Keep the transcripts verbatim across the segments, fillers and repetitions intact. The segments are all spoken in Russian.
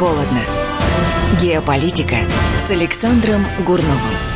холодно. Геополитика с Александром Гурновым.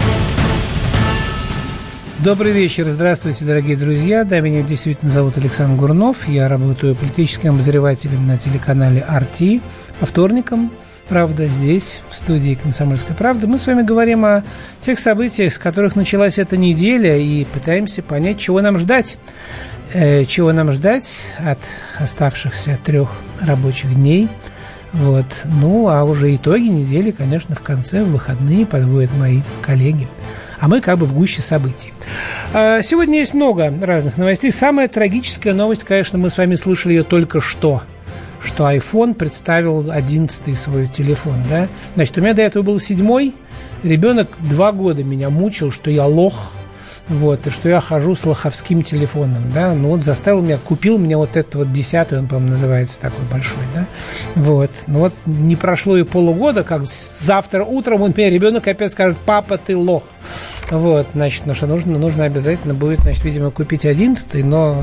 Добрый вечер, здравствуйте, дорогие друзья. Да, меня действительно зовут Александр Гурнов. Я работаю политическим обозревателем на телеканале эр ти. По вторникам, правда, здесь, в студии «Комсомольской правды», мы с вами говорим о тех событиях, с которых началась эта неделя, и пытаемся понять, чего нам ждать. Э, чего нам ждать от оставшихся трех рабочих дней. Вот. Ну, а уже итоги недели, конечно, в конце, в выходные подводят мои коллеги. А мы как бы в гуще событий. Сегодня есть много разных новостей. Самая трагическая новость, конечно, мы с вами слышали ее только что, что iPhone представил одиннадцатый свой телефон, да? Значит, у меня до этого был седьмой. Ребенок два года меня мучил, что я лох. Вот, и что я хожу с лоховским телефоном, да, ну вот заставил меня, купил мне вот этот вот десятый, он, по-моему, называется такой большой, да, вот, ну вот не прошло и полугода, как завтра утром он меня, ребенок опять скажет: папа, ты лох, вот, значит, ну что нужно, нужно обязательно будет, значит, видимо, купить одиннадцатый, но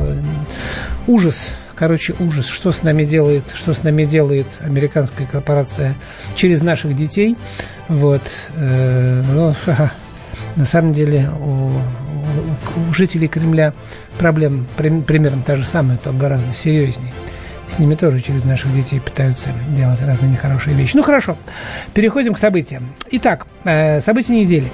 ужас, короче, ужас, что с нами делает, что с нами делает американская корпорация через наших детей, вот, э, ну, на самом деле у, у, у жителей Кремля проблем при, примерно та же самая, только гораздо серьезнее. С ними тоже через наших детей пытаются делать разные нехорошие вещи. Ну, хорошо, переходим к событиям. Итак, э, события недели.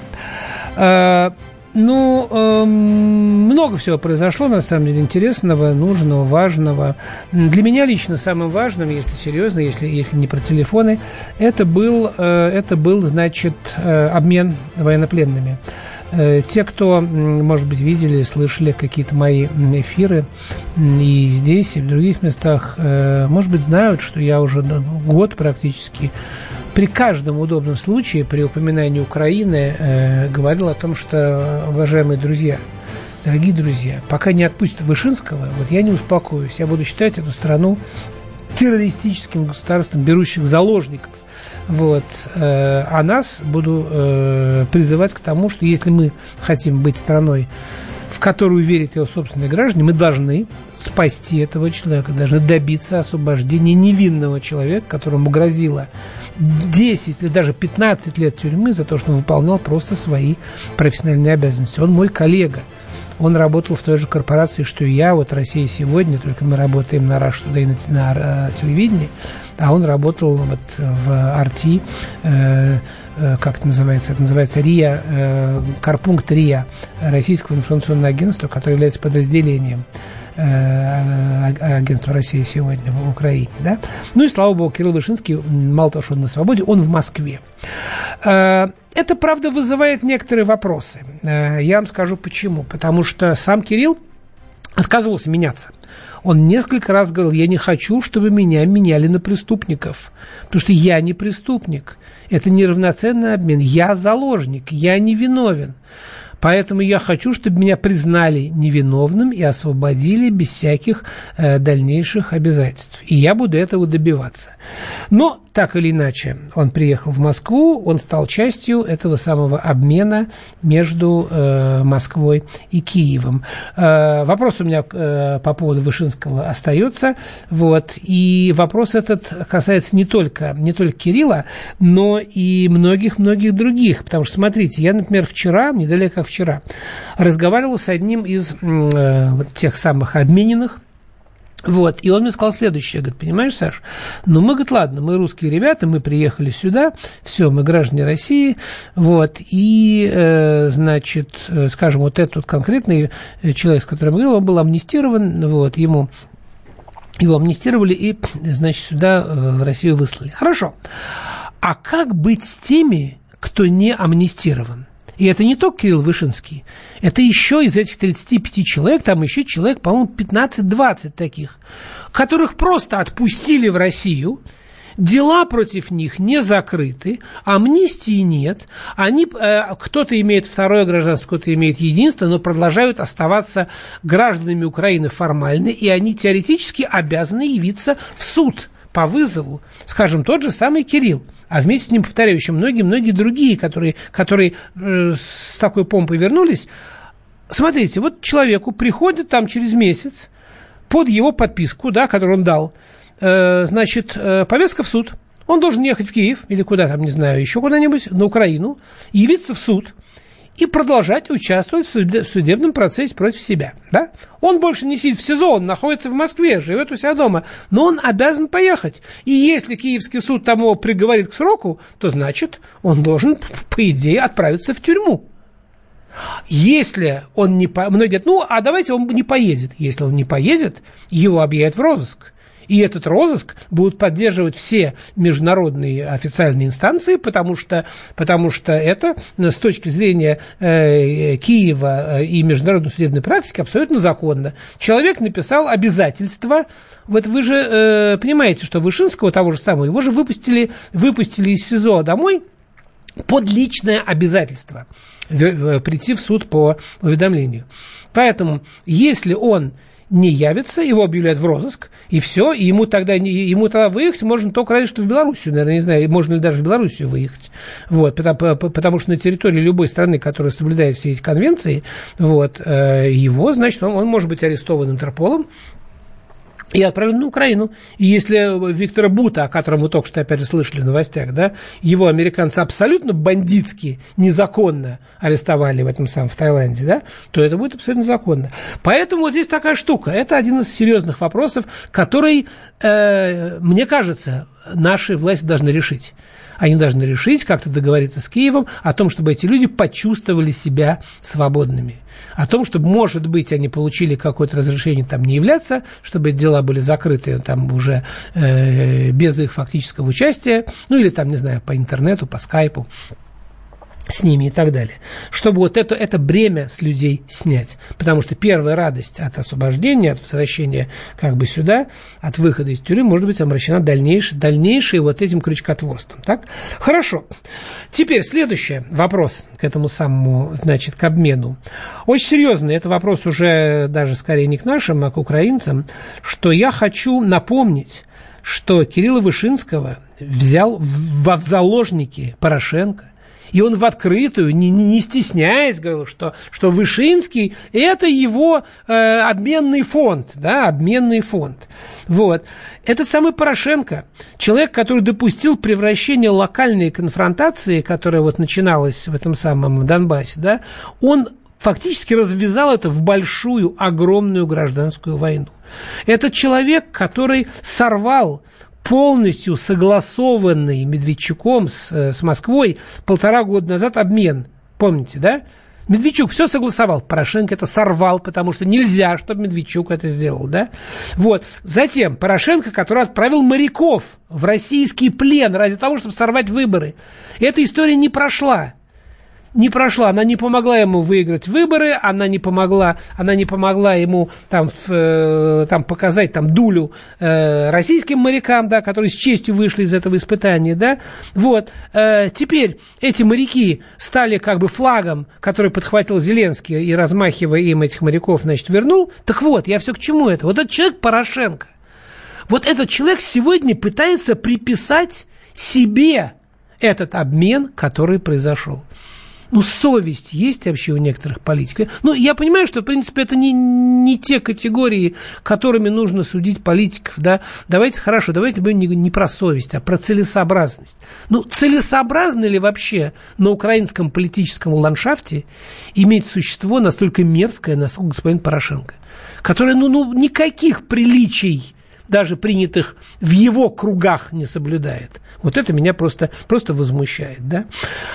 Э, ну, э, много всего произошло, на самом деле, интересного, нужного, важного. Для меня лично самым важным, если серьезно, если, если не про телефоны, это был, э, это был, значит, э, обмен военнопленными. Э, те, кто, может быть, видели, слышали какие-то мои эфиры и здесь, и в других местах, э, может быть, знают, что я уже год практически при каждом удобном случае, при упоминании Украины, э, говорил о том, что, уважаемые друзья, дорогие друзья, пока не отпустят Вышинского, вот я не успокоюсь. Я буду считать эту страну террористическим государством, берущих заложников. Вот. Э, а нас буду э, призывать к тому, что если мы хотим быть страной, в которую верят его собственные граждане, мы должны спасти этого человека, должны добиться освобождения невинного человека, которому грозило десять или даже пятнадцать лет тюрьмы за то, что он выполнял просто свои профессиональные обязанности. Он мой коллега. Он работал в той же корпорации, что и я, вот «Россия сегодня», только мы работаем на Rush Today, на, на телевидении, а он работал вот в эр ти, э, э, как это называется, это называется РИА, э, Корпункт РИА, Российского информационного агентства, которое является подразделением агентства «Россия сегодня» в Украине, да? Ну и, слава богу, Кирилл Вышинский, мало того, что он на свободе, он в Москве. Это, правда, вызывает некоторые вопросы. Я вам скажу почему. Потому что сам Кирилл отказывался меняться. Он несколько раз говорил: я не хочу, чтобы меня меняли на преступников, потому что я не преступник. Это неравноценный обмен. Я заложник, я не виновен. Поэтому я хочу, чтобы меня признали невиновным и освободили без всяких э, дальнейших обязательств. И я буду этого добиваться. Но, так или иначе, он приехал в Москву, он стал частью этого самого обмена между э, Москвой и Киевом. Э, вопрос у меня э, по поводу Вышинского остается. Вот, и вопрос этот касается не только, не только Кирилла, но и многих-многих других. Потому что, смотрите, я, например, вчера, недалеко как вчера, разговаривал с одним из э, вот тех самых обмененных. Вот, и он мне сказал следующее, говорит: понимаешь, Саш, ну мы, говорит, ладно, мы русские ребята, мы приехали сюда, все, мы граждане России, вот, и, э, значит, скажем, вот этот вот конкретный человек, с которым я говорил, он был амнистирован, вот, ему, его амнистировали и, значит, сюда, в Россию, выслали. Хорошо, а как быть с теми, кто не амнистирован? И это не только Кирилл Вышинский, это еще из этих тридцати пяти человек, там еще человек, по-моему, пятнадцать-двадцать таких, которых просто отпустили в Россию, дела против них не закрыты, амнистии нет, они, э, кто-то имеет второе гражданство, кто-то имеет единство, но продолжают оставаться гражданами Украины формально, и они теоретически обязаны явиться в суд по вызову, скажем, тот же самый Кирилл. А вместе с ним, повторяю, еще многие-многие другие, которые, которые э, с такой помпой вернулись. Смотрите, вот человеку приходит там через месяц под его подписку, да, которую он дал, э, значит, э, повестка в суд. Он должен ехать в Киев или куда там, не знаю, еще куда-нибудь, на Украину, явиться в суд и продолжать участвовать в судебном процессе против себя. Да? Он больше не сидит в СИЗО, он находится в Москве, живет у себя дома, но он обязан поехать. И если киевский суд там его приговорит к сроку, то значит, он должен, по идее, отправиться в тюрьму. Если он не поедет, многие говорят, ну, а давайте он не поедет. Если он не поедет, его объявят в розыск. И этот розыск будут поддерживать все международные официальные инстанции, потому что, потому что это с точки зрения э, Киева и международной судебной практики абсолютно законно. Человек написал обязательства. Вот вы же э, понимаете, что Вышинского, того же самого, его же выпустили, выпустили из СИЗО домой под личное обязательство прийти в суд по уведомлению. Поэтому, если он не явится, его объявляют в розыск, и все, и ему тогда, ему тогда выехать можно только разве что в Белоруссию, наверное, не знаю, можно ли даже в Белоруссию выехать, вот, потому, потому что на территории любой страны, которая соблюдает все эти конвенции, вот, его, значит, он, он может быть арестован Интерполом и отправлен на Украину. И если Виктора Бута, о котором мы только что опять же слышали в новостях, да, его американцы абсолютно бандитски, незаконно арестовали в этом самом, в Таиланде, да, то это будет абсолютно законно. Поэтому вот здесь такая штука. Это один из серьезных вопросов, который, э, мне кажется, наши власти должны решить. Они должны решить, как-то договориться с Киевом о том, чтобы эти люди почувствовали себя свободными. О том, чтобы, может быть, они получили какое-то разрешение там не являться, чтобы дела были закрыты там уже э, без их фактического участия, ну или там, не знаю, по интернету, по скайпу с ними и так далее. Чтобы вот это, это бремя с людей снять. Потому что первая радость от освобождения, от возвращения как бы сюда, от выхода из тюрьмы, может быть омрачена дальнейшей, дальнейшей вот этим крючкотворством. Так? Хорошо. Теперь следующий вопрос к этому самому, значит, к обмену. Очень серьезный. Это вопрос уже даже скорее не к нашим, а к украинцам, что я хочу напомнить, что Кирилла Вышинского взял в, в заложники Порошенко. И он в открытую, не, не стесняясь, говорил, что, что Вышинский – это его э, обменный фонд, да, обменный фонд. Вот. Этот самый Порошенко, человек, который допустил превращение локальной конфронтации, которая вот начиналась в этом самом Донбассе, да, он фактически развязал это в большую, огромную гражданскую войну. Это человек, который сорвал полностью согласованный Медведчуком с, с Москвой полтора года назад обмен. Помните, да? Медведчук все согласовал, Порошенко это сорвал, потому что нельзя, чтобы Медведчук это сделал, да? Вот. Затем Порошенко, который отправил моряков в российский плен ради того, чтобы сорвать выборы. Эта история не прошла. Не прошла, она не помогла ему выиграть выборы, она не помогла, она не помогла ему там, э, там показать там, дулю э, российским морякам, да, которые с честью вышли из этого испытания, да, вот, э, теперь эти моряки стали как бы флагом, который подхватил Зеленский и, размахивая им этих моряков, значит, вернул. Так вот, я все к чему это? Вот этот человек Порошенко, вот этот человек сегодня пытается приписать себе этот обмен, который произошел. Ну, совесть есть вообще у некоторых политиков. Ну, я понимаю, что, в принципе, это не, не те категории, которыми нужно судить политиков, да. Давайте, хорошо, давайте будем не, не про совесть, а про целесообразность. Ну, целесообразно ли вообще на украинском политическом ландшафте иметь существо настолько мерзкое, насколько господин Порошенко, которое, ну, ну никаких приличий, даже принятых в его кругах, не соблюдает. Вот это меня просто, просто возмущает, да.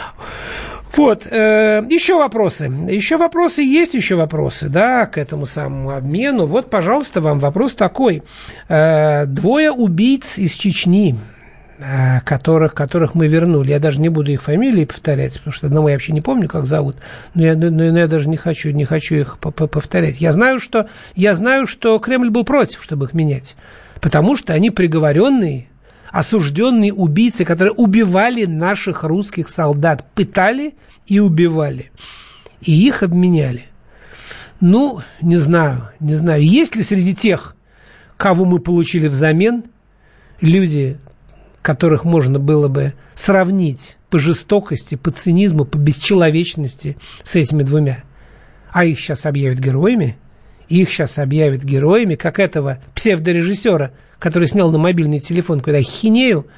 Вот, э, еще вопросы. Еще вопросы, есть еще вопросы, да, к этому самому обмену. Вот, пожалуйста, вам вопрос такой. Э, двое убийц из Чечни, э, которых, которых мы вернули. Я даже не буду их фамилии повторять, потому что одного я вообще не помню, как зовут. Но я, но, но я даже не хочу, не хочу их повторять. Я знаю, что, я знаю, что Кремль был против, чтобы их менять. Потому что они приговоренные, осужденные убийцы, которые убивали наших русских солдат, пытали и убивали, и их обменяли. Ну, не знаю, не знаю, есть ли среди тех, кого мы получили взамен, люди, которых можно было бы сравнить по жестокости, по цинизму, по бесчеловечности с этими двумя. А их сейчас объявят героями, их сейчас объявят героями, как этого псевдорежиссера, который снял на мобильный телефон какую-то хинею,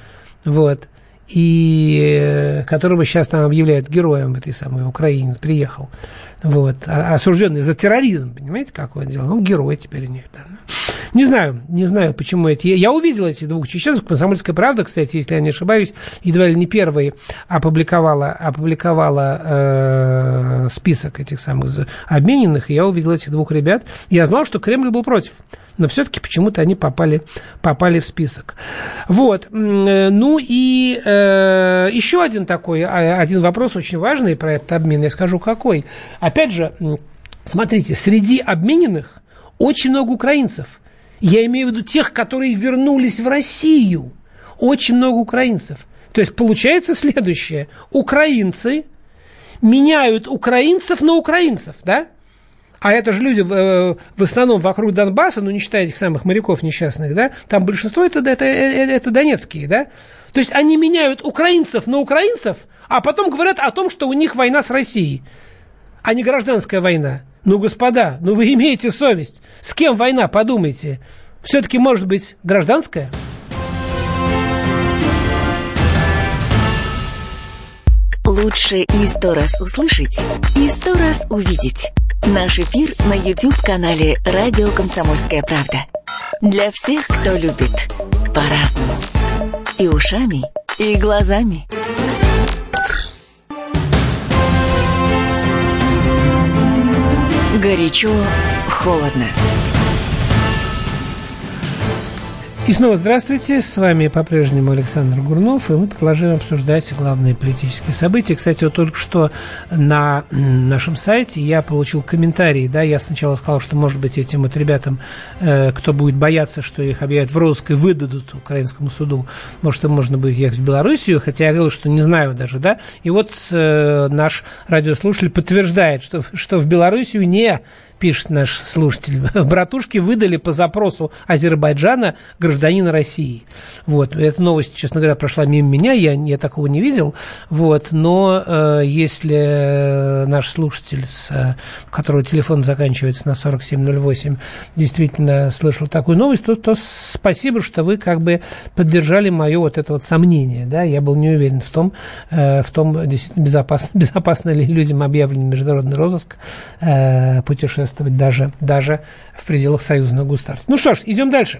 вот, и которого сейчас там объявляют героем в этой самой Украине, приехал, вот, осужденный за терроризм, понимаете, какое дело, он герой теперь у них там. Не знаю, не знаю, почему эти... Я увидел эти двух чеченцев. «Комсомольская правда», кстати, если я не ошибаюсь, едва ли не первой опубликовала, опубликовала э, список этих самых обмененных, и я увидел этих двух ребят. Я знал, что Кремль был против, но все-таки почему-то они попали, попали в список. Вот. Ну и э, еще один такой, один вопрос очень важный про этот обмен, я скажу какой. Опять же, смотрите, среди обмененных очень много украинцев. Я имею в виду тех, которые вернулись в Россию. Очень много украинцев. То есть получается следующее. Украинцы меняют украинцев на украинцев, да? А это же люди в, в основном вокруг Донбасса, ну, не считая этих самых моряков несчастных, да? Там большинство это, это, это, это донецкие, да? То есть они меняют украинцев на украинцев, а потом говорят о том, что у них война с Россией, а не гражданская война. Ну, господа, ну вы имеете совесть. С кем война, подумайте. Все-таки, может быть, гражданская? Лучше и сто раз услышать, и сто раз увидеть. Наш эфир на YouTube-канале «Радио Комсомольская правда». Для всех, кто любит по-разному. И ушами, и глазами. Горячо, холодно. И снова здравствуйте, с вами по-прежнему Александр Гурнов, и мы продолжаем обсуждать главные политические события. Кстати, вот только что на нашем сайте я получил комментарий, да, я сначала сказал, что, может быть, этим вот ребятам, э, кто будет бояться, что их объявят в розыск и выдадут украинскому суду, может, им можно будет ехать в Белоруссию, хотя я говорил, что не знаю даже, да, и вот э, наш радиослушатель подтверждает, что, что в Белоруссию не... Пишет наш слушатель, братушки выдали по запросу Азербайджана гражданина России. Вот. Эта новость, честно говоря, прошла мимо меня, я, я такого не видел. Вот. Но э, если наш слушатель, с, у которого телефон заканчивается на сорок семь ноль восемь, действительно слышал такую новость, то, то спасибо, что вы как бы поддержали мое вот это вот сомнение. Да? Я был не уверен в том, э, в том действительно безопасно, безопасно ли людям объявлен международный розыск э, путешествия даже, даже в пределах союзного государства. Ну что ж, идем дальше.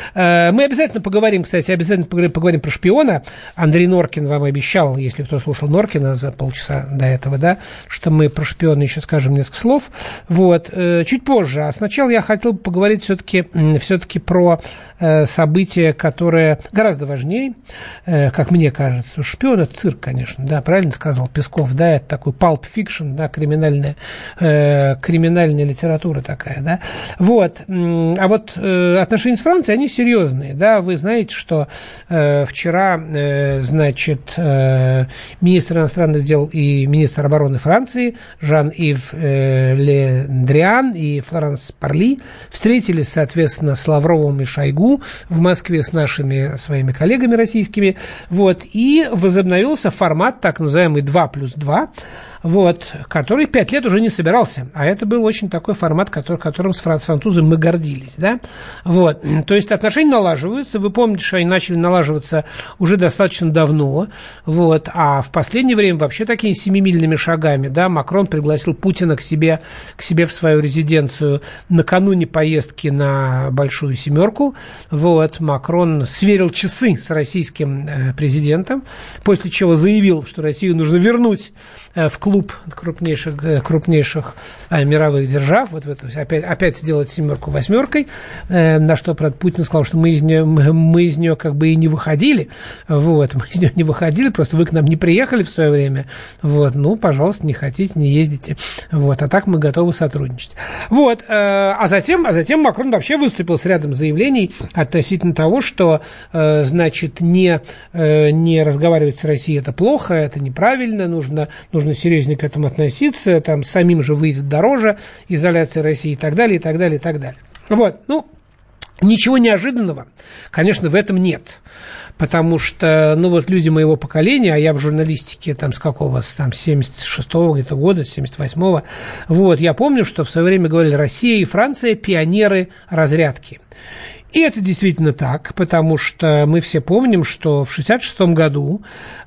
Мы обязательно поговорим, кстати, обязательно поговорим, поговорим про шпиона. Андрей Норкин вам обещал, если кто слушал Норкина за полчаса до этого, да, что мы про шпиона еще скажем несколько слов. Вот. Чуть позже. А сначала я хотел бы поговорить все-таки, все-таки про события, которые гораздо важнее, как мне кажется. Шпион – это цирк, конечно, да, правильно сказал Песков, да, это такой pulp fiction, да, криминальная, криминальная литература такая, да. Вот. А вот э, отношения с Францией, они серьезные, да. Вы знаете, что э, вчера, э, значит, э, министр иностранных дел и министр обороны Франции Жан-Ив э, Ле Дриан и Флоранс Парли встретились, соответственно, с Лавровым и Шойгу в Москве с нашими своими коллегами российскими, вот, и возобновился формат так называемый два плюс два, вот, который пять лет уже не собирался, а это был очень такой формат, который, которым с французами мы гордились, да, вот, то есть отношения налаживаются, вы помните, что они начали налаживаться уже достаточно давно, вот, а в последнее время вообще такими семимильными шагами, да, Макрон пригласил Путина к себе, к себе в свою резиденцию накануне поездки на Большую Семерку, вот, Макрон сверил часы с российским э, президентом, после чего заявил, что Россию нужно вернуть э, в клуб крупнейших, э, крупнейших э, мировых держав, вот в это, опять, опять сделать семерку восьмеркой, э, на что, правда, Путин сказал, что мы из нее, мы, мы из нее как бы и не выходили, вот, мы из нее не выходили, просто вы к нам не приехали в свое время, вот, ну, пожалуйста, не хотите, не ездите, вот, а так мы готовы сотрудничать. Вот, э, а затем, а затем Макрон вообще выступил с рядом заявлений относительно того, что, э, значит, не, э, не разговаривать с Россией это плохо, это неправильно, нужно, нужно серьезнее к этому относиться, там, самим же выйдет дороже, изоляция России и так далее, и так далее, и так далее. Вот, ну, ничего неожиданного, конечно, в этом нет. Потому что, ну, вот люди моего поколения, а я в журналистике там с какого, там, семьдесят шестого где-то года, семьдесят восьмого, вот, я помню, что в свое время говорили, Россия и Франция – пионеры разрядки. И это действительно так, потому что мы все помним, что в шестьдесят шестом году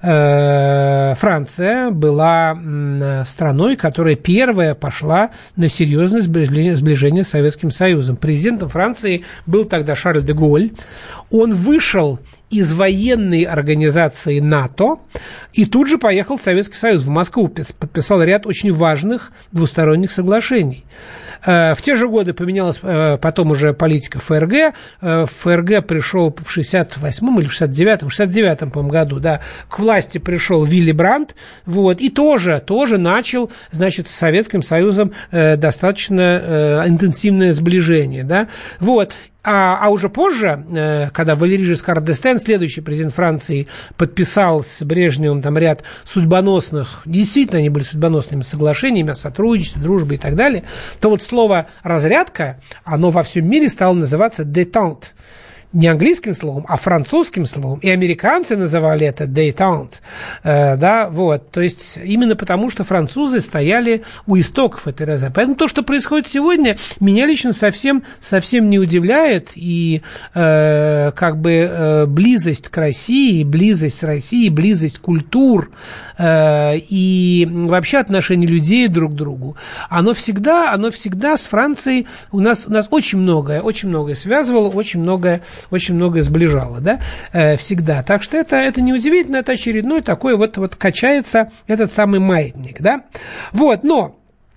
э, Франция была э, страной, которая первая пошла на серьезное сближение, сближение с Советским Союзом. Президентом Франции был тогда Шарль де Голль. Он вышел из военной организации НАТО и тут же поехал в Советский Союз, в Москву, подписал ряд очень важных двусторонних соглашений. В те же годы поменялась потом уже политика ФРГ. ФРГ пришел в шестьдесят восьмом или в шестьдесят девятом, в шестьдесят девятом, по-моему, году, да, к власти пришел Вилли Брандт, вот, и тоже, тоже начал, значит, с Советским Союзом достаточно интенсивное сближение, да, вот. А, а уже позже, когда Валерий Жискар д'Эстен, следующий президент Франции, подписал с Брежневым там ряд судьбоносных, действительно они были судьбоносными соглашениями о сотрудничестве, дружбе и так далее, то вот слово «разрядка», оно во всем мире стало называться «détente». Не английским словом, а французским словом. И американцы называли это détente. Э, да, вот. То есть, именно потому, что французы стояли у истоков этой разрядки. Поэтому то, что происходит сегодня, меня лично совсем, совсем не удивляет. И э, как бы э, близость к России, близость России, близость культур э, и вообще отношение людей друг к другу, оно всегда, оно всегда с Францией у нас, у нас очень многое, очень многое связывало, очень многое очень многое сближало, да, э, всегда. Так что это, это неудивительно, это очередной такой вот, вот качается этот самый маятник, да. Вот, но,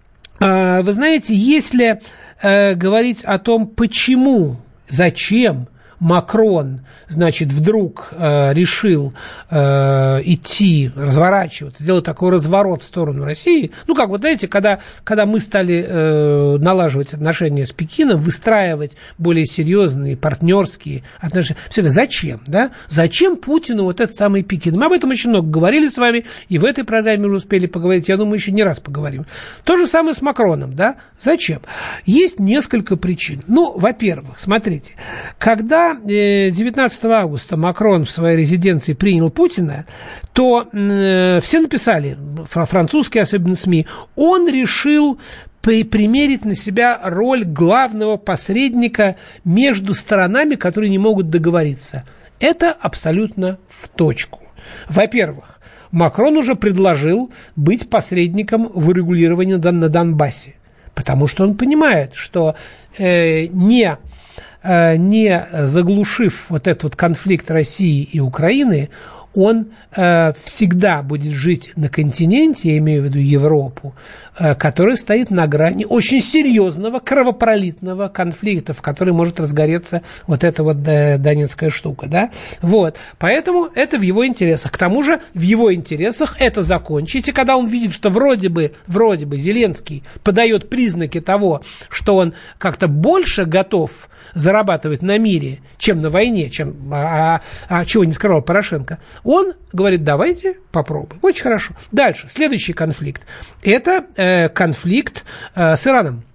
э, вы знаете, если э, говорить о том, почему, зачем Макрон, значит, вдруг э, решил э, идти, разворачиваться, сделать такой разворот в сторону России. Ну, как вот, знаете, когда, когда мы стали э, налаживать отношения с Пекином, выстраивать более серьезные партнерские отношения. Всегда зачем, да? Зачем Путину вот этот самый Пекин? Мы об этом очень много говорили с вами, и в этой программе уже успели поговорить. Я думаю, еще не раз поговорим. То же самое с Макроном, да? Зачем? Есть несколько причин. Ну, во-первых, смотрите, когда девятнадцатого августа Макрон в своей резиденции принял Путина, то э, все написали, французские особенно СМИ, он решил примерить на себя роль главного посредника между сторонами, которые не могут договориться. Это абсолютно в точку. Во-первых, Макрон уже предложил быть посредником в урегулировании на Донбассе, потому что он понимает, что э, не... не заглушив вот этот вот конфликт России и Украины, он э, всегда будет жить на континенте, я имею в виду Европу, э, который стоит на грани очень серьезного кровопролитного конфликта, в который может разгореться вот эта вот э, донецкая штука, да, вот, поэтому это в его интересах. К тому же в его интересах это закончить, и когда он видит, что вроде бы, вроде бы Зеленский подает признаки того, что он как-то больше готов зарабатывать на мире, чем на войне, чем, а, а, а чего не скрывал Порошенко, он говорит, давайте попробуем. Очень хорошо. Дальше, следующий конфликт. Это э, конфликт э, с Ираном.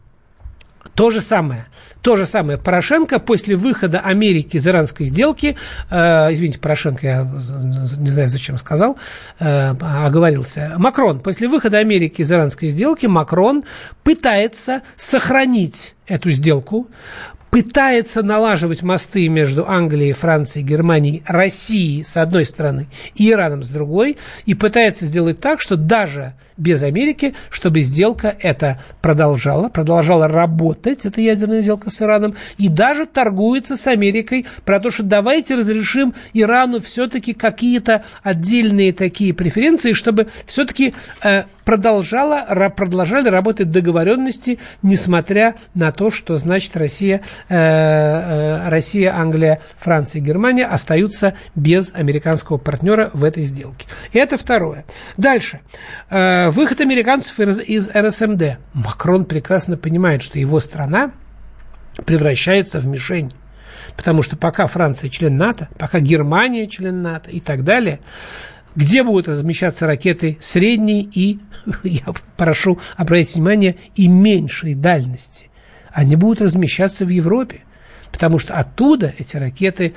То же самое. То же самое. Порошенко после выхода Америки из иранской сделки, э, извините, Порошенко, я не знаю, зачем сказал, э, оговорился. Макрон. После выхода Америки из иранской сделки Макрон пытается сохранить эту сделку, пытается налаживать мосты между Англией, Францией, Германией, Россией с одной стороны и Ираном с другой, и пытается сделать так, что даже без Америки, чтобы сделка эта продолжала, продолжала работать, эта ядерная сделка с Ираном, и даже торгуется с Америкой про то, что давайте разрешим Ирану все-таки какие-то отдельные такие преференции, чтобы все-таки э, продолжала, продолжали работать договоренности, несмотря на то, что, значит, Россия, э, э, Россия, Англия, Франция и Германия остаются без американского партнера в этой сделке. И это второе. Дальше. Э, выход американцев из, из эр эс эм дэ. Макрон прекрасно понимает, что его страна превращается в мишень. Потому что пока Франция член НАТО, пока Германия член НАТО и так далее, где будут размещаться ракеты средней и, я прошу обратить внимание, и меньшей дальности? Они будут размещаться в Европе, потому что оттуда эти ракеты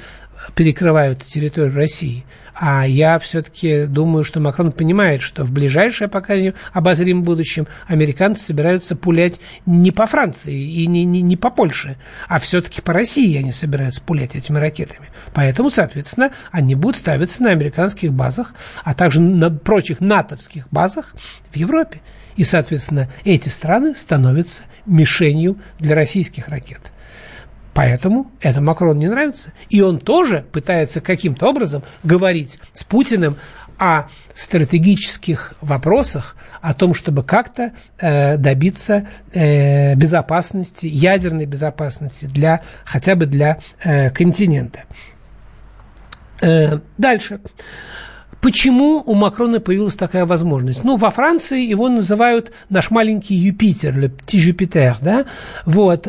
перекрывают территорию России. А я все-таки думаю, что Макрон понимает, что в ближайшее, пока не обозримом будущем, американцы собираются пулять не по Франции и не, не, не по Польше, а все-таки по России они собираются пулять этими ракетами. Поэтому, соответственно, они будут ставиться на американских базах, а также на прочих натовских базах в Европе. И, соответственно, эти страны становятся мишенью для российских ракет. Поэтому это Макрону не нравится. И он тоже пытается каким-то образом говорить с Путиным о стратегических вопросах, о том, чтобы как-то э, добиться э, безопасности, ядерной безопасности для, хотя бы для э, континента. Э, дальше. Почему у Макрона появилась такая возможность? Ну, во Франции его называют наш маленький Юпитер, le petit Jupiter, да, вот,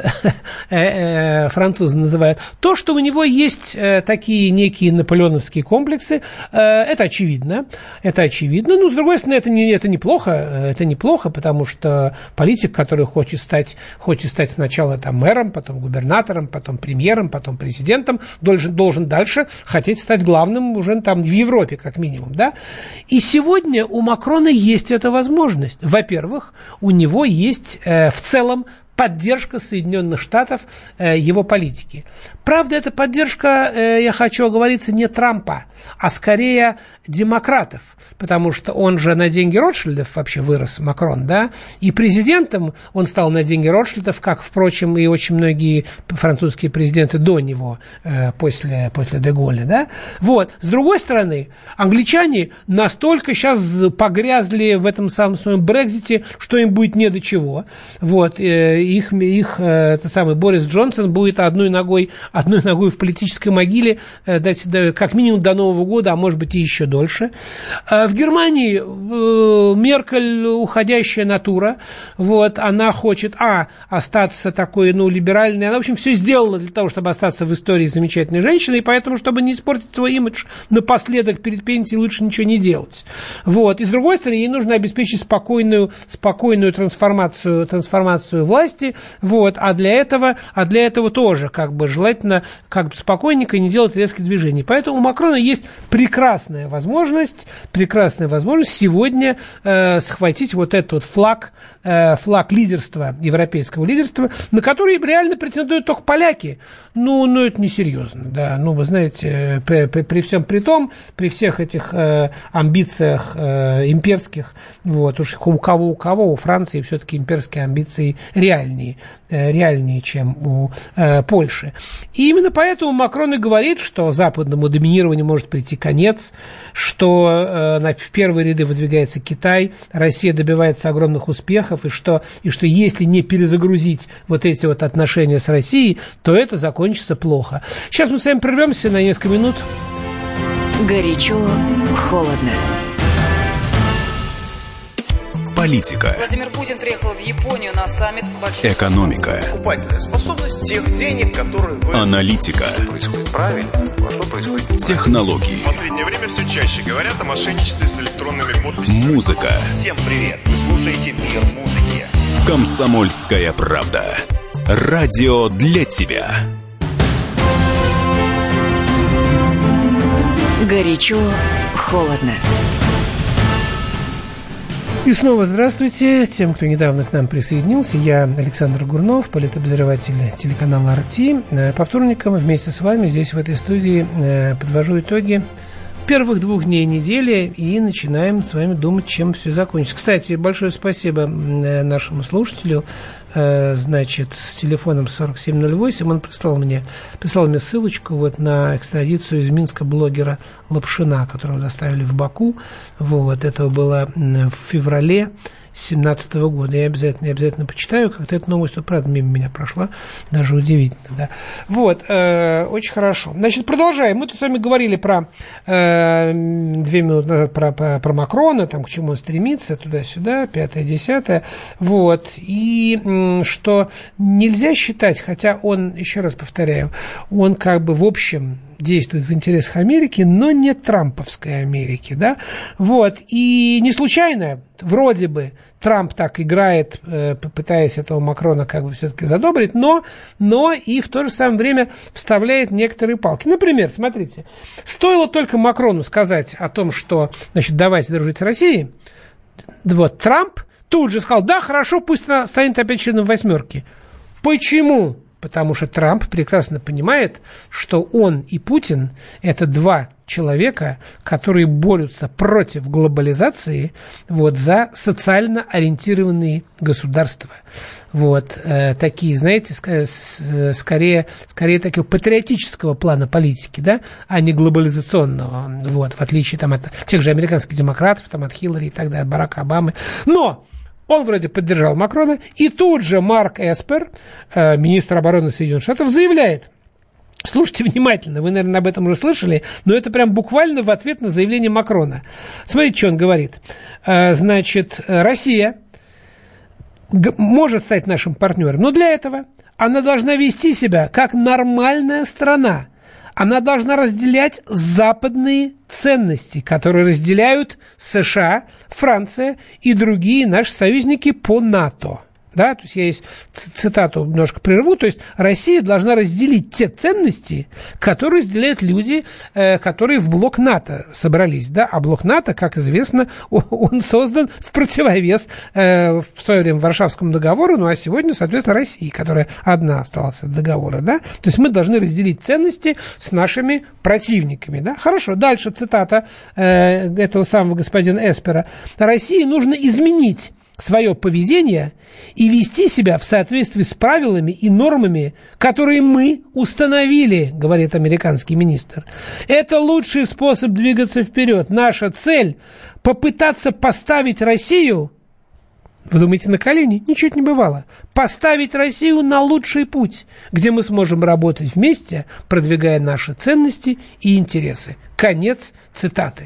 французы называют. То, что у него есть такие некие наполеоновские комплексы, это очевидно, это очевидно. Ну, с другой стороны, это, не, это неплохо, это неплохо, потому что политик, который хочет стать, хочет стать сначала там мэром, потом губернатором, потом премьером, потом президентом, должен, должен дальше хотеть стать главным уже там в Европе, как минимум. Да? И сегодня у Макрона есть эта возможность. Во-первых, у него есть э, в целом поддержка Соединенных Штатов э, его политики. Правда, эта поддержка, э, я хочу оговориться, не Трампа, а скорее демократов, потому что он же на деньги Ротшильдов вообще вырос, Макрон, да, и президентом он стал на деньги Ротшильдов, как, впрочем, и очень многие французские президенты до него, э, после, после де Голля, да. Вот. С другой стороны, англичане настолько сейчас погрязли в этом самом своем Брексите, что им будет не до чего. Вот. Э, их, их э, это самый Борис Джонсон будет одной ногой, одной ногой в политической могиле, э, дать, да, как минимум до Нового года, а может быть и еще дольше. Э, в Германии э, Меркель уходящая натура, вот, она хочет, а, остаться такой, ну, либеральной, она, в общем, все сделала для того, чтобы остаться в истории замечательной женщиной, и поэтому, чтобы не испортить свой имидж напоследок перед пенсией, лучше ничего не делать. Вот. И, с другой стороны, ей нужно обеспечить спокойную, спокойную трансформацию, трансформацию власти, вот, а для этого, а для этого тоже, как бы, желательно, как бы, спокойненько не делать резких движений. Поэтому у Макрона есть прекрасная возможность, прекрасная возможность сегодня э, схватить вот этот вот флаг, э, флаг лидерства, европейского лидерства, на который реально претендуют только поляки. Ну, ну это несерьезно, да. Ну, вы знаете, при, при, при всем при том, при всех этих э, амбициях э, имперских, вот, уж у кого, у кого, у Франции все-таки имперские амбиции реальнее, э, реальнее, чем у э, Польши. И именно поэтому Макрон и говорит, что западному доминированию может прийти конец, что э, в первые ряды выдвигается Китай, Россия добивается огромных успехов, и что, и что если не перезагрузить вот эти вот отношения с Россией, то это закончится плохо. Сейчас мы с вами прервемся на несколько минут. Горячо, холодно. Политика. Владимир Путин приехал в Японию на саммит большой... Экономика. Покупательная способность тех денег, которые вы... Аналитика. Что происходит правильно, а что происходит неправильно. Технологии. В последнее время все чаще говорят о мошенничестве с электронными подписями. Музыка. Всем привет! Вы слушаете «Мир музыки». Комсомольская правда. Радио для тебя. Горячо, холодно. И снова здравствуйте тем, кто недавно к нам присоединился. Я Александр Гурнов, политобозреватель телеканала ар ти. По вторникам вместе с вами здесь, в этой студии, подвожу итоги первых двух дней недели и начинаем с вами думать, чем все закончится. Кстати, большое спасибо нашему слушателю, значит, с телефоном сорок семь ноль восемь. Он прислал мне, прислал мне ссылочку вот на экстрадицию из Минска блогера Лапшина, которого доставили в Баку. Вот, это было в феврале две тысячи семнадцатого года. Я обязательно, я обязательно почитаю, как-то эта новость, правда, мимо меня прошла, даже удивительно, да. Вот, э, очень хорошо. Значит, продолжаем. Мы тут с вами говорили про, э, две минуты назад про, про, про Макрона, там, к чему он стремится, туда-сюда, пятое, десятое, вот, и э, что нельзя считать, хотя он, еще раз повторяю, он как бы в общем действует в интересах Америки, но не трамповской Америки, да, вот, и не случайно, вроде бы, Трамп так играет, пытаясь этого Макрона как бы все-таки задобрить, но, но и в то же самое время вставляет некоторые палки. Например, смотрите, стоило только Макрону сказать о том, что, значит, давайте дружить с Россией, вот, Трамп тут же сказал, да, хорошо, пусть она станет опять членом восьмерки. Почему? Потому что Трамп прекрасно понимает, что он и Путин – это два человека, которые борются против глобализации, вот, за социально ориентированные государства. Вот, э, такие, знаете, ск- скорее, скорее такого патриотического плана политики, да, а не глобализационного, вот, в отличие там, от тех же американских демократов, там, от Хиллари и так далее, от Барака Обамы. Но он вроде поддержал Макрона, и тут же Марк Эспер, э, министр обороны Соединенных Штатов, заявляет, слушайте внимательно, вы, наверное, об этом уже слышали, но это прям буквально в ответ на заявление Макрона. Смотрите, что он говорит. Э, значит, Россия г- может стать нашим партнером, но для этого она должна вести себя как нормальная страна. Она должна разделять западные ценности, которые разделяют США, Франция и другие наши союзники по НАТО. Да, то есть я есть цитату немножко прерву, то есть Россия должна разделить те ценности, которые разделяют люди, э, которые в блок НАТО собрались, да, а блок НАТО, как известно, он создан в противовес э, в свое время Варшавскому договору, ну а сегодня, соответственно, России, которая одна осталась от договора, да, то есть мы должны разделить ценности с нашими противниками, да, хорошо, дальше цитата э, этого самого господина Эспера, России нужно изменить свое поведение и вести себя в соответствии с правилами и нормами, которые мы установили, говорит американский министр. Это лучший способ двигаться вперед. Наша цель – попытаться поставить Россию, вы думаете, на колени? Ничего не бывало. Поставить Россию на лучший путь, где мы сможем работать вместе, продвигая наши ценности и интересы. Конец цитаты.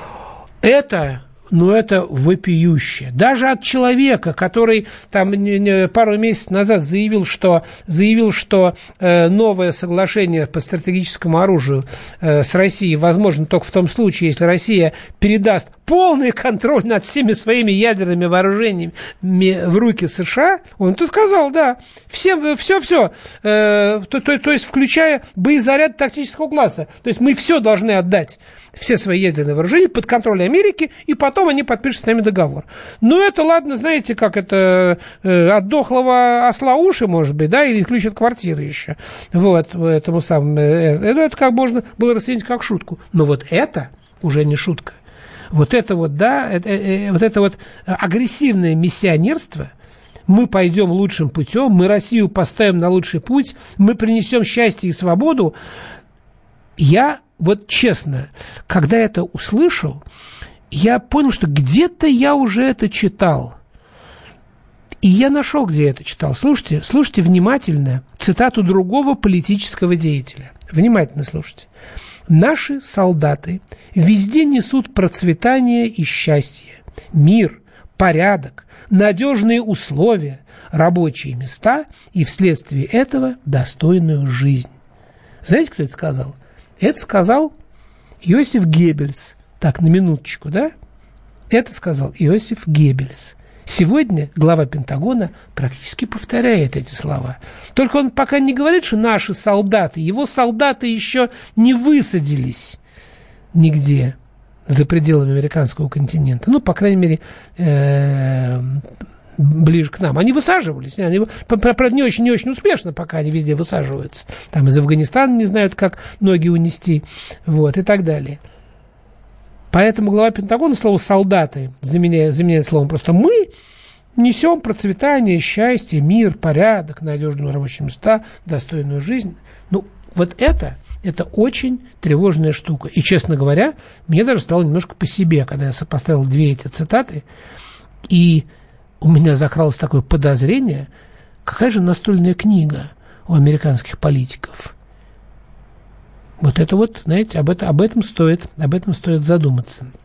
Это... Но это вопиюще. Даже от человека, который там пару месяцев назад заявил, что, заявил, что э, новое соглашение по стратегическому оружию э, с Россией возможно только в том случае, если Россия передаст полный контроль над всеми своими ядерными вооружениями в руки США, он-то сказал, да, все, все, все, э, то, то, то есть включая боезаряд тактического класса. То есть мы все должны отдать, все свои ядерные вооружения под контроль Америки, и потом они подпишут с нами договор. Ну, это, ладно, знаете, как это, э, от дохлого осла уши, может быть, да, или ключ от квартиры еще. Вот, этому самому, э, это, это как можно было расценить как шутку. Но вот это уже не шутка. Вот это вот, да, это, э, вот это вот агрессивное миссионерство, мы пойдем лучшим путем, мы Россию поставим на лучший путь, мы принесем счастье и свободу. Я, вот честно, когда это услышал, я понял, что где-то я уже это читал. И я нашел, где я это читал. Слушайте, слушайте внимательно цитату другого политического деятеля. Внимательно слушайте. Наши солдаты везде несут процветание и счастье, мир, порядок, надежные условия, рабочие места и вследствие этого достойную жизнь. Знаете, кто это сказал? Это сказал Иосиф Геббельс. Так, на минуточку, да? Это сказал Иосиф Геббельс. Сегодня глава Пентагона практически повторяет эти слова. Только он пока не говорит, что наши солдаты, его солдаты еще не высадились нигде за пределами американского континента. Ну, по крайней мере, э, ближе к нам. Они высаживались. Они, правда, не очень, не очень успешно, пока они везде высаживаются. Там из Афганистана не знают, как ноги унести. Вот, и так далее. Поэтому глава Пентагона слово «солдаты» заменяет, заменяет словом просто «мы» несем процветание, счастье, мир, порядок, надежные рабочие места, достойную жизнь. Ну, вот это, это очень тревожная штука. И, честно говоря, мне даже стало немножко по себе, когда я сопоставил две эти цитаты, и у меня закралось такое подозрение, какая же настольная книга у американских политиков. Вот это вот, знаете, об, это, об, этом стоит, об этом стоит задуматься.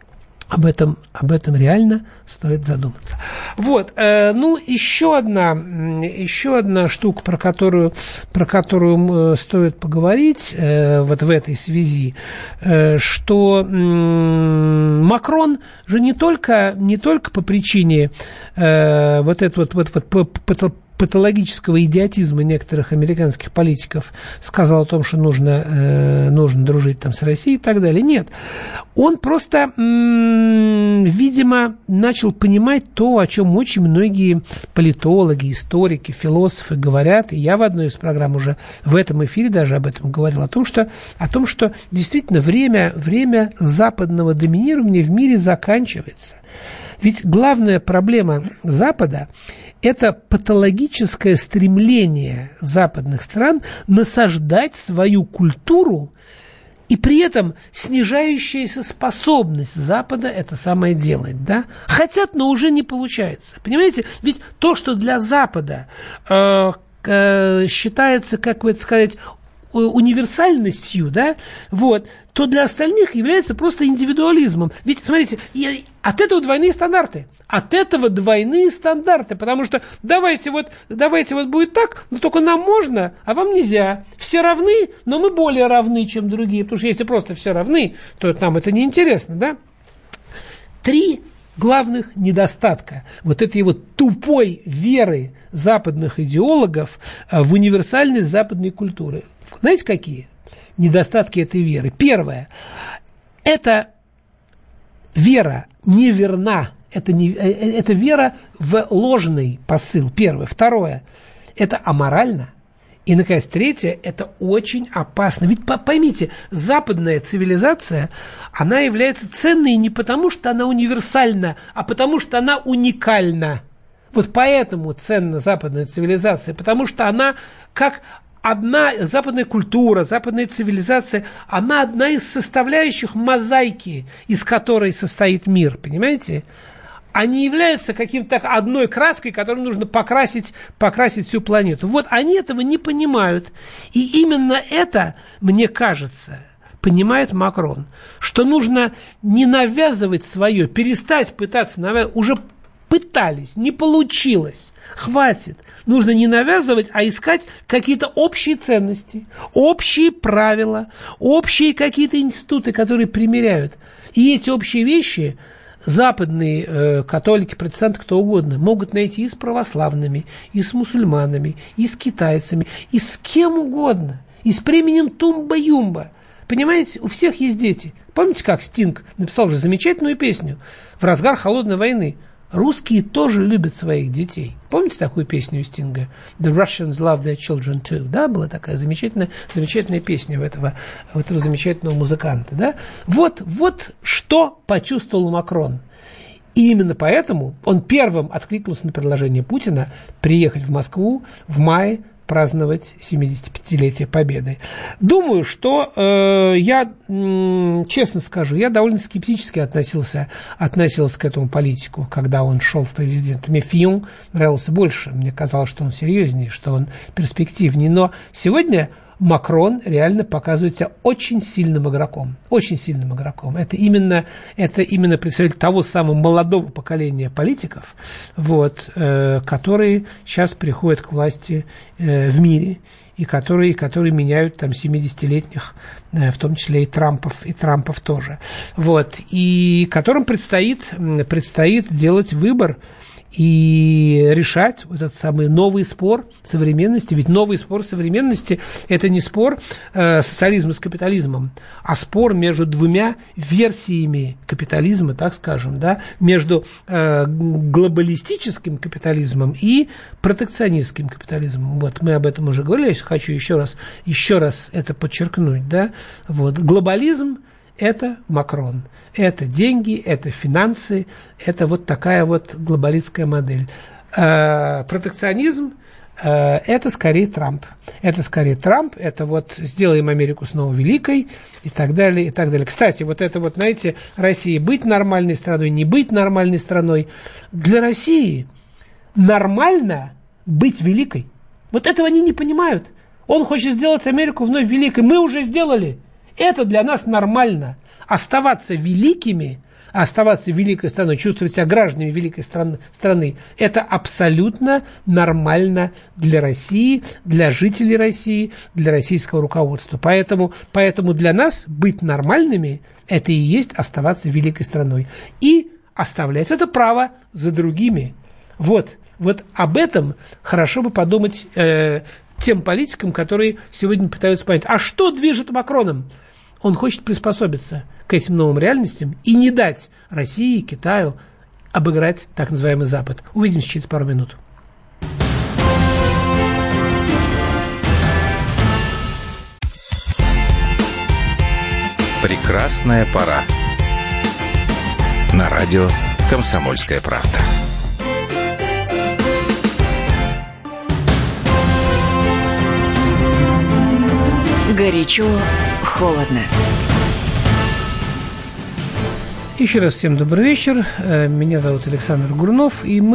Об этом, об этом реально стоит задуматься. Вот, э, ну, еще одна, еще одна штука, про которую, про которую стоит поговорить э, вот в этой связи, э, что э, Макрон же не только, не только по причине э, вот этого вот, вот, вот, по, патологического идиотизма некоторых американских политиков сказал о том, что нужно, э, нужно дружить там с Россией и так далее. Нет. Он просто, м- видимо, начал понимать то, о чем очень многие политологи, историки, философы говорят. И я в одной из программ уже в этом эфире даже об этом говорил, о том, что, о том, что действительно время, время западного доминирования в мире заканчивается. Ведь главная проблема Запада – это патологическое стремление западных стран насаждать свою культуру и при этом снижающаяся способность Запада это самое делать, да? Хотят, но уже не получается. Понимаете? Ведь то, что для Запада э, э, считается, как бы это сказать, универсальностью, да, вот, то для остальных является просто индивидуализмом. Ведь, смотрите, от этого двойные стандарты. От этого двойные стандарты, потому что давайте вот, давайте вот будет так, но только нам можно, а вам нельзя. Все равны, но мы более равны, чем другие, потому что если просто все равны, то нам это неинтересно, да? Три главных недостатка вот этой вот тупой веры западных идеологов в универсальность западной культуры. Знаете, какие недостатки этой веры? Первое. Это вера неверна. Это, не, это вера в ложный посыл. Первое. Второе. Это аморально. И, наконец, третье. Это очень опасно. Ведь поймите, западная цивилизация, она является ценной не потому, что она универсальна, а потому, что она уникальна. Вот поэтому ценна западная цивилизация. Потому что она как... Одна западная культура, западная цивилизация, она одна из составляющих мозаики, из которой состоит мир, понимаете? А не является каким-то одной краской, которую нужно покрасить, покрасить всю планету. Вот они этого не понимают. И именно это, мне кажется, понимает Макрон, что нужно не навязывать свое, перестать пытаться навязывать, уже пытались, не получилось, хватит. Нужно не навязывать, а искать какие-то общие ценности, общие правила, общие какие-то институты, которые примеряют. И эти общие вещи западные э, католики, протестанты, кто угодно, могут найти и с православными, и с мусульманами, и с китайцами, и с кем угодно, и с племенем Тумба-Юмба. Понимаете, у всех есть дети. Помните, как Стинг написал же замечательную песню в разгар холодной войны? Русские тоже любят своих детей. Помните такую песню у Стинга? The Russians love their children too. Да, была такая замечательная, замечательная песня у этого, у этого замечательного музыканта. Да? Вот, вот что почувствовал Макрон. И именно поэтому он первым откликнулся на предложение Путина приехать в Москву в мае праздновать семидесятипятилетие Победы. Думаю, что э, я, э, честно скажу, я довольно скептически относился, относился к этому политику, когда он шел в президенты. Мне Фион нравился больше. Мне казалось, что он серьезнее, что он перспективнее. Но сегодня Макрон реально показывает себя очень сильным игроком. Очень сильным игроком. Это именно, это именно представитель того самого молодого поколения политиков, вот, э, которые сейчас приходят к власти э, в мире и которые, которые меняют там семидесятилетних, э, в том числе и Трампов, и Трампов тоже. Вот, и которым предстоит, предстоит делать выбор и решать вот этот самый новый спор современности. Ведь новый спор современности – это не спор э, социализма с капитализмом, а спор между двумя версиями капитализма, так скажем, да, между э, глобалистическим капитализмом и протекционистским капитализмом. Вот, мы об этом уже говорили, я хочу еще раз, еще раз это подчеркнуть. Да? Вот, глобализм – это Макрон, это деньги, это финансы, это вот такая вот глобалистская модель. Э, протекционизм э, – это скорее Трамп. Это скорее Трамп, это вот сделаем Америку снова великой и так далее, и так далее. Кстати, вот это вот, знаете, России быть нормальной страной, не быть нормальной страной. Для России нормально быть великой. Вот этого они не понимают. Он хочет сделать Америку вновь великой. Мы уже сделали. Это для нас нормально. Оставаться великими, оставаться великой страной, чувствовать себя гражданами великой страны, страны, это абсолютно нормально для России, для жителей России, для российского руководства. Поэтому, поэтому для нас быть нормальными – это и есть оставаться великой страной. И оставлять это право за другими. Вот, вот об этом хорошо бы подумать э, тем политикам, которые сегодня пытаются понять, а что движет Макроном? Он хочет приспособиться к этим новым реальностям и не дать России, Китаю обыграть так называемый Запад. Увидимся через пару минут. Прекрасная пора. На радио «Комсомольская правда». Горячо, холодно. Еще раз всем добрый вечер. Меня зовут Александр Гурнов, и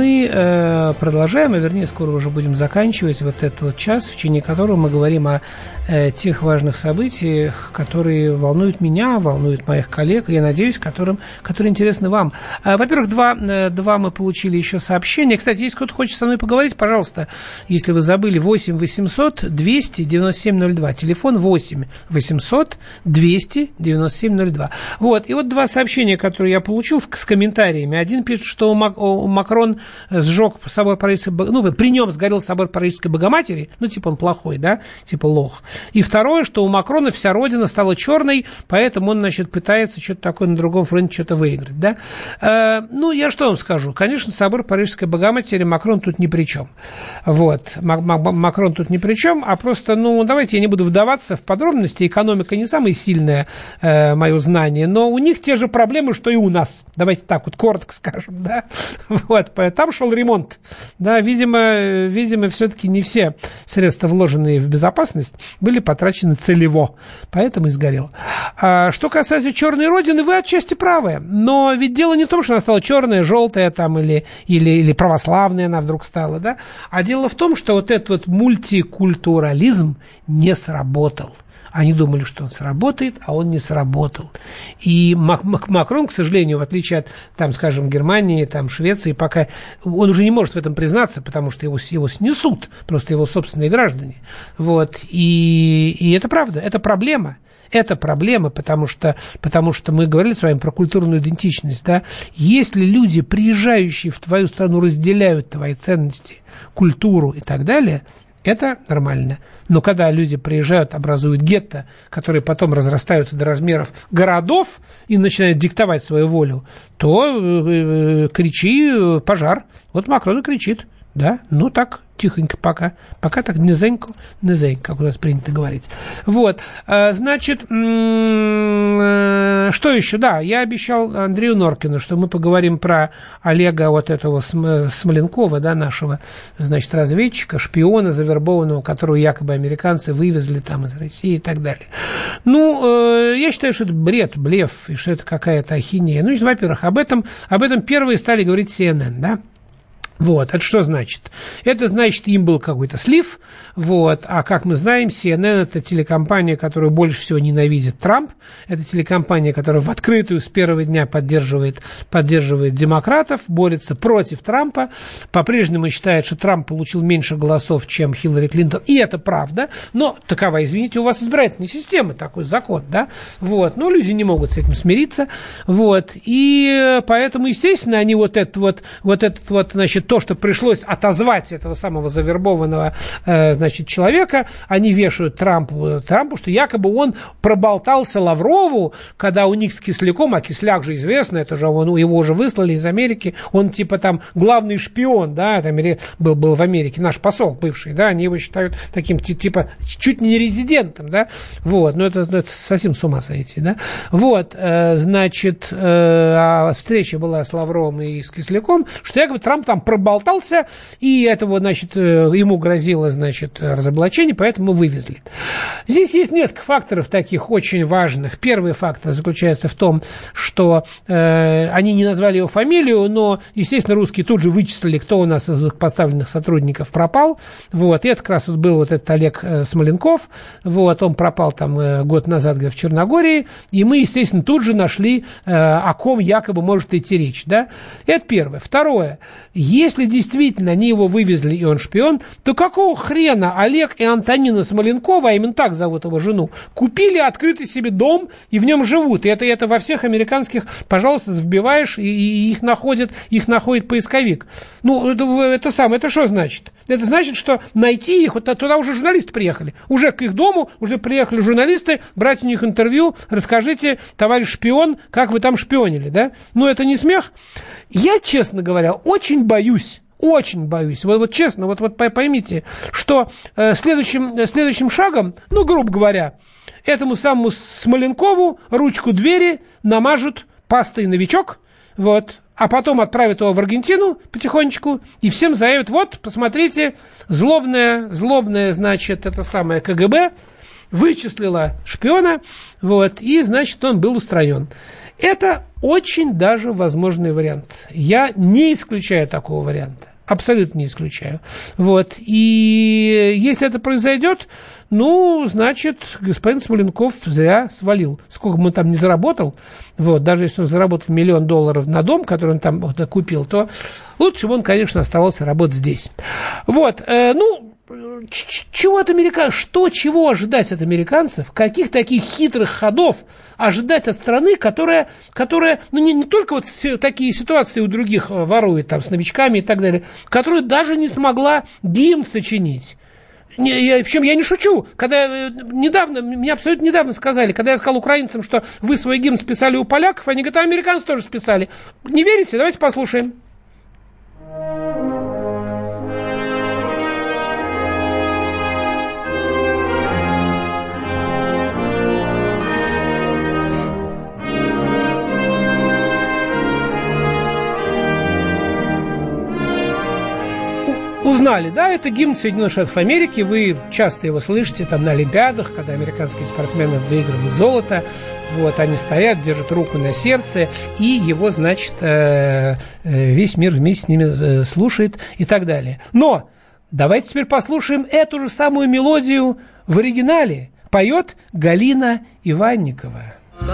мы продолжаем, а вернее, скоро уже будем заканчивать вот этот вот час, в течение которого мы говорим о тех важных событиях, которые волнуют меня, волнуют моих коллег, и, я надеюсь, которым, которые интересны вам. Во-первых, два, два мы получили еще сообщения. Кстати, если кто-то хочет со мной поговорить, пожалуйста, если вы забыли, восемь восемьсот двести девяносто семь ноль два. Телефон восемь восемьсот двести девяносто семь ноль два. Вот, и вот два сообщения, которые я получил с комментариями. Один пишет, что Макрон сжег собор Парижской Богоматери, ну, при нем сгорел собор Парижской Богоматери, ну, типа он плохой, да, типа лох. И второе, что у Макрона вся родина стала черной, поэтому он, значит, пытается что-то такое на другом фронте что-то выиграть, да. Э, ну, я что вам скажу? Конечно, собор Парижской Богоматери, Макрон тут ни при чем. Вот, Макрон тут ни при чем, а просто, ну, давайте я не буду вдаваться в подробности, экономика не самое сильное э, мое знание, но у них те же проблемы, что и у нас. Давайте так вот коротко скажем, да. Вот, там шел ремонт, да, видимо, видимо, все-таки не все средства, вложенные в безопасность, были потрачены целево, поэтому и сгорел. А что касается черной родины, вы отчасти правы, но ведь дело не в том, что она стала черная, желтая там, или, или, или православная она вдруг стала, да, а дело в том, что вот этот вот мультикультурализм не сработал. Они думали, что он сработает, а он не сработал. И Макрон, к сожалению, в отличие от, там, скажем, Германии, там, Швеции, пока он уже не может в этом признаться, потому что его, его снесут, просто его собственные граждане. Вот. И, и это правда, это проблема. Это проблема, потому что, потому что мы говорили с вами про культурную идентичность. Да? Если люди, приезжающие в твою страну, разделяют твои ценности, культуру и так далее, это нормально. Но когда люди приезжают, образуют гетто, которые потом разрастаются до размеров городов и начинают диктовать свою волю, то э, э, кричи пожар. Вот Макрон и кричит. Да, ну так, тихонько пока. Пока так низенько, низенько, как у нас принято говорить. Вот, значит, что еще? Да, я обещал Андрею Норкину, что мы поговорим про Олега вот этого Смоленкова, да, нашего, значит, разведчика, шпиона завербованного, которого якобы американцы вывезли там из России и так далее. Ну, я считаю, что это бред, блеф, и что это какая-то ахинея. Ну, во-первых, об этом, об этом первые стали говорить си эн эн, да? Вот, это что значит? Это значит, им был какой-то слив, вот, а как мы знаем, си эн эн – это телекомпания, которую больше всего ненавидит Трамп, это телекомпания, которая в открытую с первого дня поддерживает, поддерживает демократов, борется против Трампа, по-прежнему считает, что Трамп получил меньше голосов, чем Хиллари Клинтон, и это правда, но такова, извините, у вас избирательная система, такой закон, да, вот, но люди не могут с этим смириться, вот, и поэтому, естественно, они вот этот вот, вот этот вот, значит, то, что пришлось отозвать этого самого завербованного, э, значит, человека, они вешают Трампу, Трампу, что якобы он проболтался Лаврову, когда у них с Кисляком, а Кисляк же известно, это же он, его уже выслали из Америки, он типа там главный шпион, да, это был, был в Америке, наш посол бывший, да, они его считают таким, типа, чуть не резидентом, да, вот, ну это, это совсем с ума сойти, да, вот, э, значит, э, встреча была с Лавровым и с Кисляком, что якобы Трамп там проболтался проболтался, и этого, значит, ему грозило, значит, разоблачение, поэтому вывезли. Здесь есть несколько факторов таких очень важных. Первый фактор заключается в том, что э, они не назвали его фамилию, но, естественно, русские тут же вычислили, кто у нас из их поставленных сотрудников пропал. Вот. И это как раз вот был вот этот Олег э, Смоленков. Вот. Он пропал там э, год назад в Черногории. И мы, естественно, тут же нашли, э, о ком якобы может идти речь. Да? Это первое. Второе. Если действительно они его вывезли, и он шпион, то какого хрена Олег и Антонина Смоленкова, а именно так зовут его жену, купили открытый себе дом и в нем живут? И это, это во всех американских, пожалуйста, вбиваешь, и, и их находит, их находит поисковик. Ну, это, это самое, это что значит? Это значит, что найти их, вот туда уже журналисты приехали. Уже к их дому уже приехали журналисты, брать у них интервью, расскажите, товарищ шпион, как вы там шпионили, да? Ну, это не смех. Я, честно говоря, очень боюсь, очень боюсь, вот, вот честно, вот, вот поймите, что э, следующим, следующим шагом, ну, грубо говоря, этому самому Смоленкову ручку двери намажут пастой «Новичок», вот, а потом отправят его в Аргентину потихонечку и всем заявят: вот, посмотрите, злобная, злобная, значит, это самое ка гэ бэ вычислила шпиона, вот, и, значит, он был устранен. Это очень даже возможный вариант. Я не исключаю такого варианта. Абсолютно не исключаю. Вот. И если это произойдет, ну, значит, господин Смоленков зря свалил. Сколько бы он там не заработал, вот, даже если он заработал миллион долларов на дом, который он там вот, купил, то лучше бы он, конечно, оставался работать здесь. Вот. Э, ну, чего от американцев, что, чего ожидать от американцев, каких таких хитрых ходов ожидать от страны, которая, которая ну, не, не только вот такие ситуации у других ворует, там, с новичками и так далее, которая даже не смогла гимн сочинить. Не, я, причем я не шучу, когда недавно, мне абсолютно недавно сказали, когда я сказал украинцам, что вы свой гимн списали у поляков, они говорят: а американцы тоже списали. Не верите? Давайте послушаем. Узнали, да, это гимн Соединенных Штатов Америки, вы часто его слышите там на Олимпиадах, когда американские спортсмены выигрывают золото, вот, они стоят, держат руку на сердце, и его, значит, весь мир вместе с ними слушает и так далее. Но давайте теперь послушаем эту же самую мелодию в оригинале. Поет Галина Иванникова.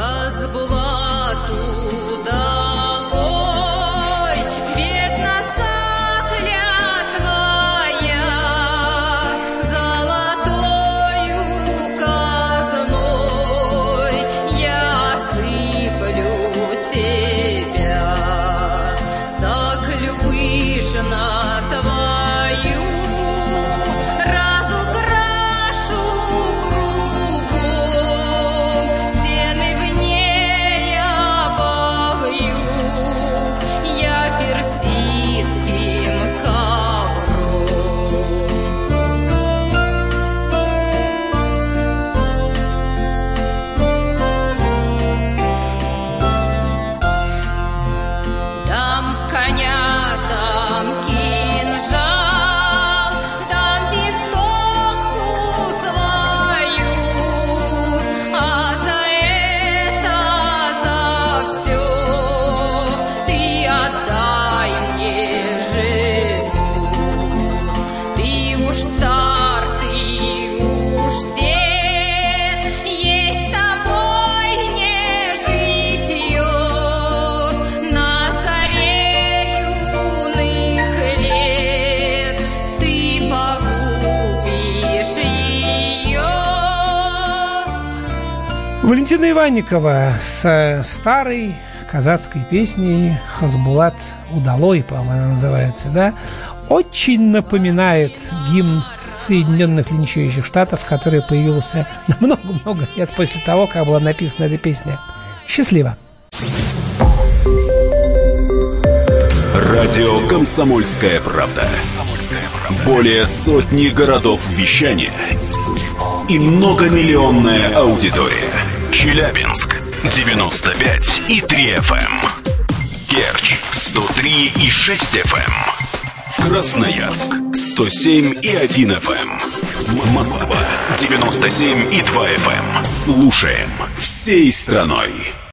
Валентина Иванникова с старой казацкой песней «Хазбулат удалой», по-моему, она называется, да, очень напоминает гимн Соединенных Линчующих Штатов, который появился на много-много лет после того, как была написана эта песня. Счастливо! Радио «Комсомольская правда». Более сотни городов вещания и многомиллионная аудитория. Челябинск девяносто пять и три эф эм, Керчь сто три и шесть эф эм, Красноярск сто семь и один эф эм. Москва девяносто семь и два эф эм. Слушаем всей страной.